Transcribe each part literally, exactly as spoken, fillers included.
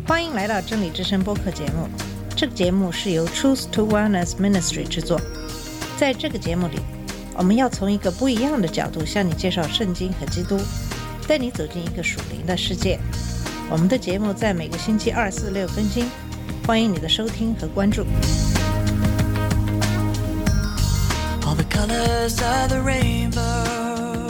欢迎来到真理之声播客节目。这个节目是由 Truth to Wellness Ministry 制作。在这个节目里，我们要从一个不一样的角度向你介绍圣经和基督，带你走进一个属灵的世界。我们的节目在每个星期二、四、六更新，欢迎你的收听和关注。All the colors of the rainbow。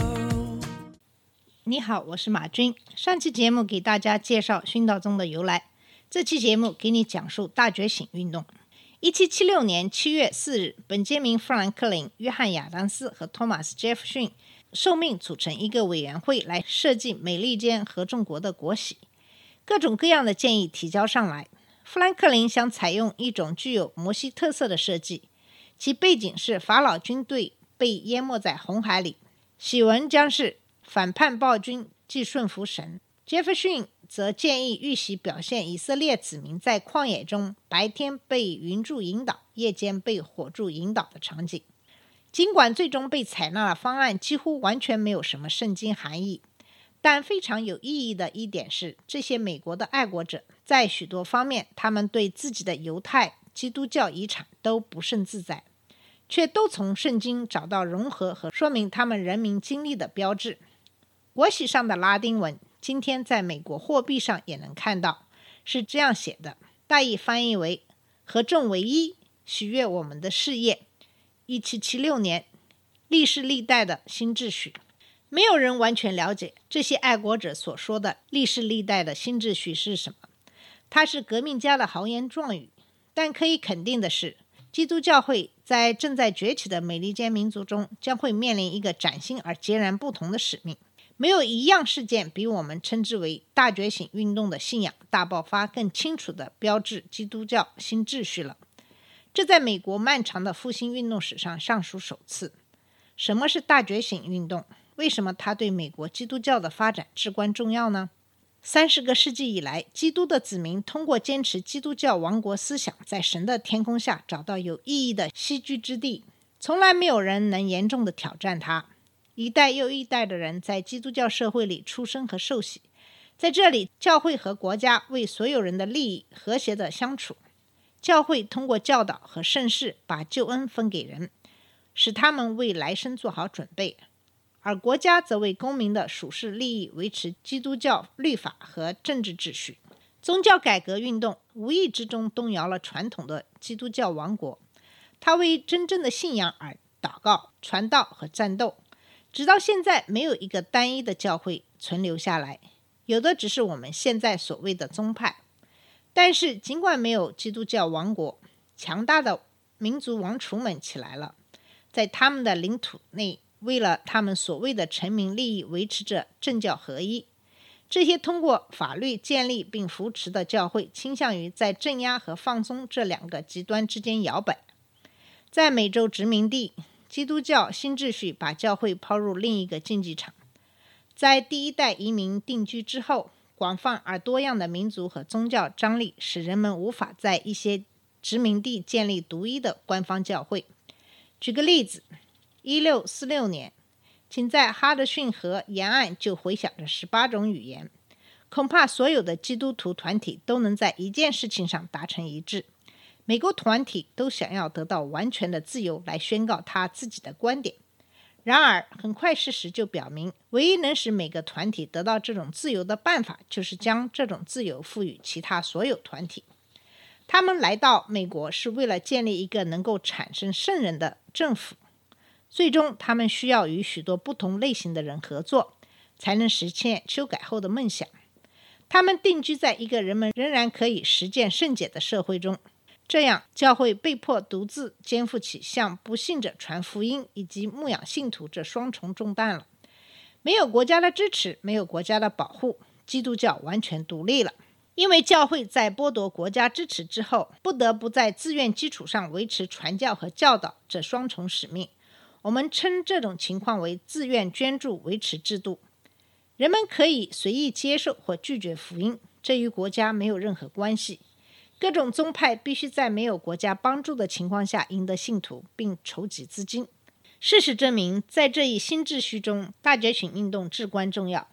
你好，我是马军。上期节目给大家介绍殉道宗的由来，这期节目给你讲述大觉醒运动。一七七六年七月四日，本杰明·富兰克林、约翰·亚当斯和托马斯·杰弗逊受命组成一个委员会来设计美利坚合众国的国玺。各种各样的建议提交上来，富兰克林想采用一种具有摩西特色的设计，其背景是法老军队被淹没在红海里，檄文将是反叛暴君，既顺服神。杰弗逊则建议玉玺表现以色列子民在旷野中白天被云柱引导，夜间被火柱引导的场景。尽管最终被采纳的方案几乎完全没有什么圣经含义，但非常有意义的一点是，这些美国的爱国者在许多方面，他们对自己的犹太、基督教遗产都不甚自在，却都从圣经找到融合和说明他们人民经历的标志。国玺上的拉丁文今天在美国货币上也能看到，是这样写的，大意翻译为合众为一，喜悦我们的事业。一七七六年，历世历代的新秩序。没有人完全了解这些爱国者所说的历世历代的新秩序是什么，它是革命家的豪言壮语。但可以肯定的是，基督教会在正在崛起的美利坚民族中将会面临一个崭新而截然不同的使命。没有一样事件比我们称之为大觉醒运动的信仰大爆发更清楚地标志基督教新秩序了。这在美国漫长的复兴运动史上尚属首次。什么是大觉醒运动？为什么它对美国基督教的发展至关重要呢？三十个世纪以来，基督的子民通过坚持基督教王国思想，在神的天空下找到有意义的栖居之地，从来没有人能严重地挑战它。一代又一代的人在基督教社会里出生和受洗，在这里，教会和国家为所有人的利益和谐地相处。教会通过教导和圣事把救恩分给人，使他们为来生做好准备，而国家则为公民的属世利益维持基督教律法和政治秩序。宗教改革运动无意之中动摇了传统的基督教王国，它为真正的信仰而祷告、传道和战斗。直到现在，没有一个单一的教会存留下来，有的只是我们现在所谓的宗派。但是尽管没有基督教王国，强大的民族王储们起来了，在他们的领土内为了他们所谓的臣民利益维持着政教合一。这些通过法律建立并扶持的教会倾向于在镇压和放松这两个极端之间摇摆。在美洲殖民地，基督教新秩序把教会抛入另一个竞技场。在第一代移民定居之后，广泛而多样的民族和宗教张力使人们无法在一些殖民地建立独一的官方教会。举个例子，一六四六年，仅在哈德逊河沿岸就回响着十八种语言，恐怕所有的基督徒团体都能在一件事情上达成一致。每个团体都想要得到完全的自由来宣告他自己的观点。然而，很快事实就表明，唯一能使每个团体得到这种自由的办法，就是将这种自由赋予其他所有团体。他们来到美国是为了建立一个能够产生圣人的政府，最终他们需要与许多不同类型的人合作，才能实现修改后的梦想。他们定居在一个人们仍然可以实践圣洁的社会中，这样教会被迫独自肩负起向不信者传福音以及牧养信徒这双重重担了。没有国家的支持，没有国家的保护，基督教完全独立了。因为教会在剥夺国家支持之后，不得不在自愿基础上维持传教和教导这双重使命。我们称这种情况为自愿捐助维持制度。人们可以随意接受或拒绝福音，这与国家没有任何关系。各种宗派必须在没有国家帮助的情况下赢得信徒，并筹集资金。事实证明，在这一新秩序中，大觉醒运动至关重要。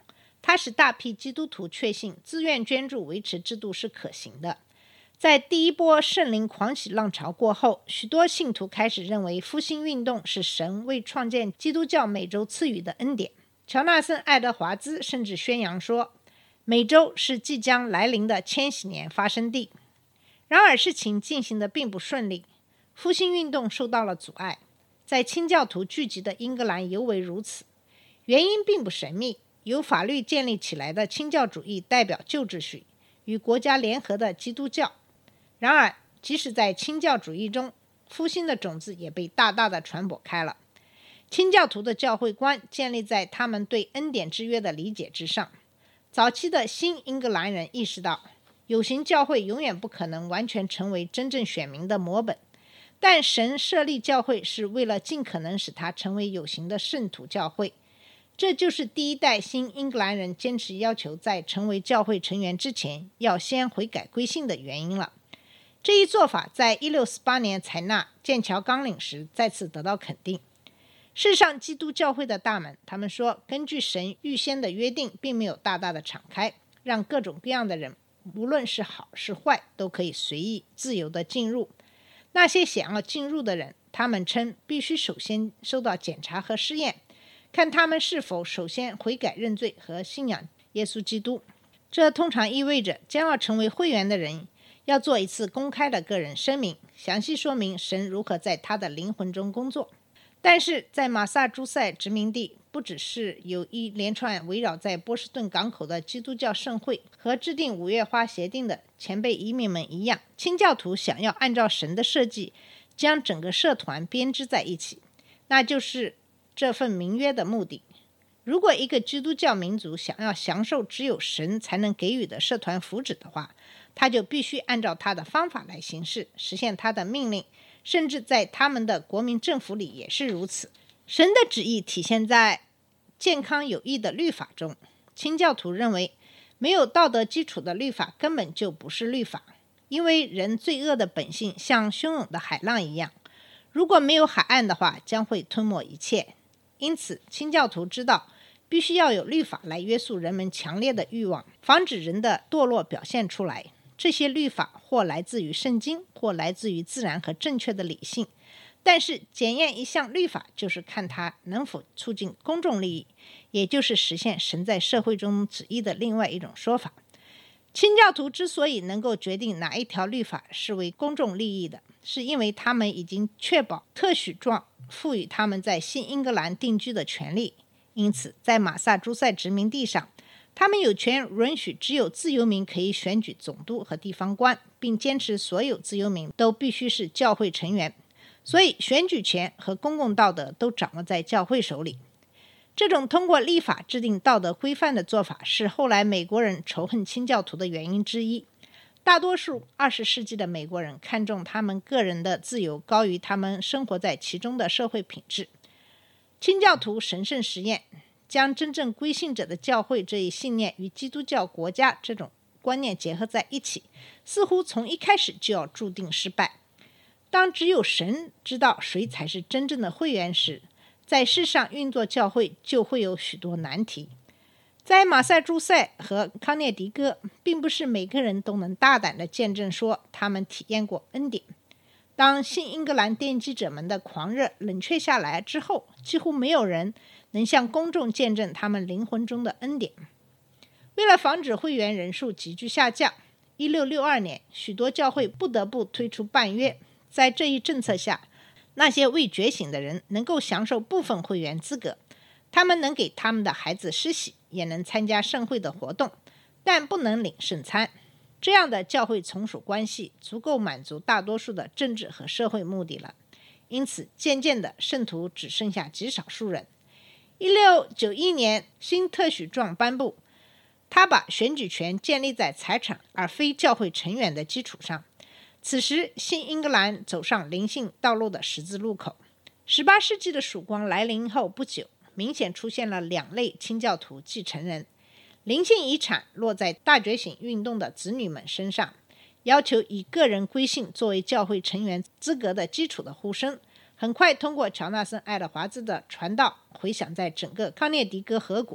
它使大批基督徒确信自愿捐助维持制度是可行的。在第一波圣灵狂喜浪潮过后，许多信徒开始认为复兴运动是神为创建基督教美洲赐予的恩典。乔纳森·爱德华兹甚至宣扬说，美洲是即将来临的千禧年发生地。然而事情进行得并不顺利，复兴运动受到了阻碍，在清教徒聚集的英格兰尤为如此。原因并不神秘，由法律建立起来的清教主义代表旧秩序，与国家联合的基督教。然而即使在清教主义中，复兴的种子也被大大的传播开了。清教徒的教会观建立在他们对恩典之约的理解之上。早期的新英格兰人意识到，有形教会永远不可能完全成为真正选民的模本，但神设立教会是为了尽可能使它成为有形的圣徒教会。这就是第一代新英格兰人坚持要求在成为教会成员之前要先悔改归信的原因了。这一做法在一六四八年采纳剑桥纲领时再次得到肯定。世上基督教会的大门，他们说，根据神预先的约定，并没有大大的敞开，让各种各样的人，无论是好是坏，都可以随意自由地进入。那些想要进入的人，他们称必须首先受到检查和试验，看他们是否首先悔改认罪和信仰耶稣基督。这通常意味着将要成为会员的人要做一次公开的个人声明，详细说明神如何在他的灵魂中工作。但是在马萨诸塞殖民地，不只是有一连串围绕在波士顿港口的基督教盛会和制定五月花协定的前辈移民们一样，清教徒想要按照神的设计将整个社团编织在一起，那就是这份名约的目的。如果一个基督教民族想要享受只有神才能给予的社团福祉的话，他就必须按照他的方法来行事，实现他的命令，甚至在他们的国民政府里也是如此。神的旨意体现在健康有益的律法中。清教徒认为，没有道德基础的律法根本就不是律法，因为人罪恶的本性像汹涌的海浪一样，如果没有海岸的话，将会吞没一切。因此清教徒知道必须要有律法来约束人们强烈的欲望，防止人的堕落表现出来。这些律法或来自于圣经，或来自于自然和正确的理性。但是检验一项律法，就是看它能否促进公众利益，也就是实现神在社会中旨意的另外一种说法。清教徒之所以能够决定哪一条律法是为公众利益的，是因为他们已经确保特许状赋予他们在新英格兰定居的权利。因此在马萨诸塞殖民地上，他们有权允许只有自由民可以选举总督和地方官，并坚持所有自由民都必须是教会成员。所以选举权和公共道德都掌握在教会手里。这种通过立法制定道德规范的做法，是后来美国人仇恨清教徒的原因之一。大多数二十世纪的美国人看重他们个人的自由高于他们生活在其中的社会品质。清教徒神圣实验将真正归信者的教会这一信念与基督教国家这种观念结合在一起，似乎从一开始就要注定失败。当只有神知道谁才是真正的会员时，在世上运作教会就会有许多难题。在马萨诸塞和康涅狄格，并不是每个人都能大胆地见证说他们体验过恩典。当新英格兰奠基者们的狂热冷却下来之后，几乎没有人能向公众见证他们灵魂中的恩典。为了防止会员人数急剧下降，一六六二年许多教会不得不推出办约。在这一政策下，那些未觉醒的人能够享受部分会员资格，他们能给他们的孩子施洗，也能参加盛会的活动，但不能领圣餐。这样的教会从属关系足够满足大多数的政治和社会目的了。因此渐渐的，圣徒只剩下极少数人。一六九一年新特许状颁布，他把选举权建立在财产而非教会成员的基础上。此时新英格兰走上灵性道路的十字路口。十八世纪的曙光来临后不久，明显出现了两类清教徒继承人。灵性遗产落在大觉醒运动的子女们身上，要求以个人归信作为教会成员资格的基础的呼声，很快通过乔纳森·爱德华兹的传道回响在整个康涅狄格河谷。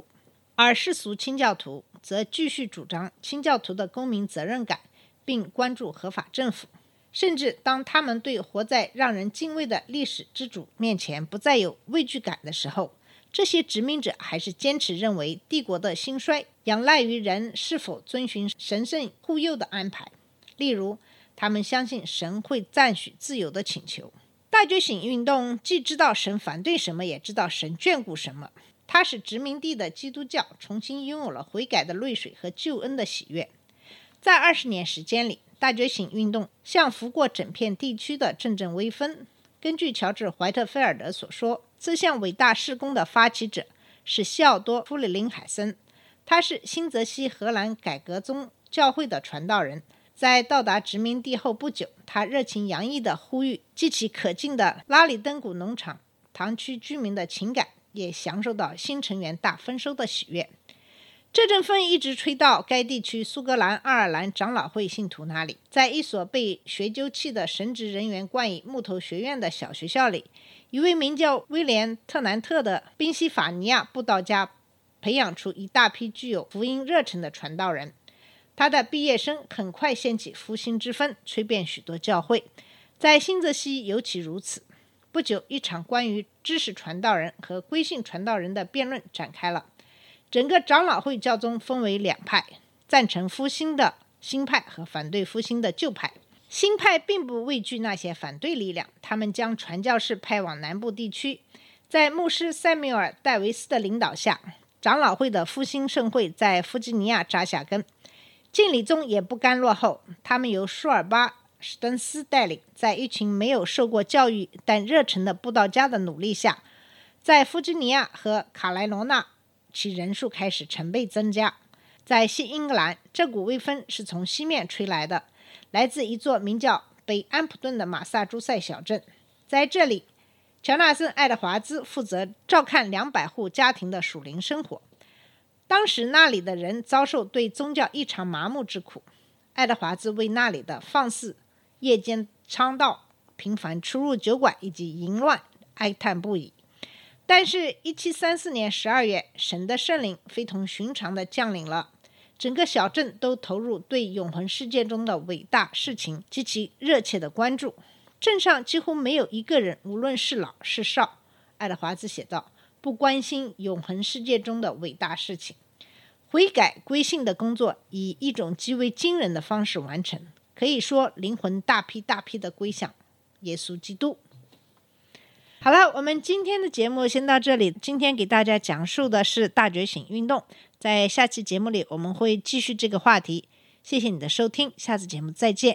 而世俗清教徒则继续主张清教徒的公民责任感，并关注合法政府。甚至当他们对活在让人敬畏的历史之主面前不再有畏惧感的时候，这些殖民者还是坚持认为帝国的兴衰仰赖于人是否遵循神圣护佑的安排。例如，他们相信神会赞许自由的请求。大觉醒运动既知道神反对什么，也知道神眷顾什么。它使殖民地的基督教重新拥有了悔改的泪水和救恩的喜悦。在二十年时间里，大觉醒运动像拂过整片地区的阵阵微风。根据乔治·怀特菲尔德所说，这项伟大事工的发起者是西奥多·弗里林海森，他是新泽西荷兰改革宗教会的传道人。在到达殖民地后不久，他热情洋溢地呼吁激起可敬的拉里登谷农场堂区居民的情感，也享受到新成员大丰收的喜悦。这阵风一直吹到该地区苏格兰爱尔兰长老会信徒那里。在一所被学究器的神职人员冠以木头学院的小学校里，一位名叫威廉·特南特的宾夕法尼亚布道家培养出一大批具有福音热忱的传道人。他的毕业生很快掀起复兴之风，吹遍许多教会，在新泽西尤其如此。不久，一场关于知识传道人和归信传道人的辩论展开了。整个长老会教宗分为两派，赞成复兴的新派和反对复兴的旧派。新派并不畏惧那些反对力量，他们将传教士派往南部地区。在牧师塞缪尔·戴维斯的领导下，长老会的复兴盛会在弗吉尼亚扎下根。敬礼宗也不甘落后，他们由舒尔巴·史登斯带领，在一群没有受过教育但热忱的布道家的努力下，在弗吉尼亚和卡莱罗纳其人数开始成倍增加。在西英格兰，这股微风是从西面吹来的，来自一座名叫北安普顿的马萨诸塞小镇。在这里，乔纳森·爱德华兹负责照看两百户家庭的属灵生活。当时那里的人遭受对宗教异常麻木之苦，爱德华兹为那里的放肆、夜间娼盗、频繁出入酒馆以及淫乱哀叹不已。但是一七三四年十二月，神的圣灵非同寻常地降临了，整个小镇都投入对永恒世界中的伟大事情极其热切的关注。镇上几乎没有一个人，无论是老是少，爱德华兹写道，不关心永恒世界中的伟大事情。悔改归信的工作以一种极为惊人的方式完成，可以说灵魂大批大批的归向耶稣基督。好了，我们今天的节目先到这里。今天给大家讲述的是大觉醒运动，在下期节目里我们会继续这个话题。谢谢你的收听，下次节目再见。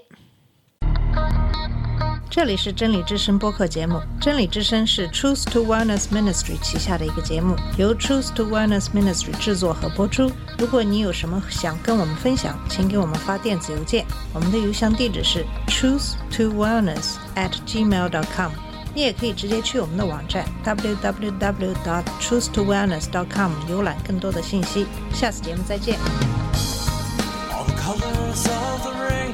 这里是真理之声播客节目，真理之声是 Truth to Wellness Ministry 旗下的一个节目，由 Truth to Wellness Ministry 制作和播出。如果你有什么想跟我们分享，请给我们发电子邮件，我们的邮箱地址是 truth to wellness at gmail dot com。 你也可以直接去我们的网站 double-u double-u double-u dot truth to wellness dot com 浏览更多的信息。下次节目再见。All the colors of the rainbow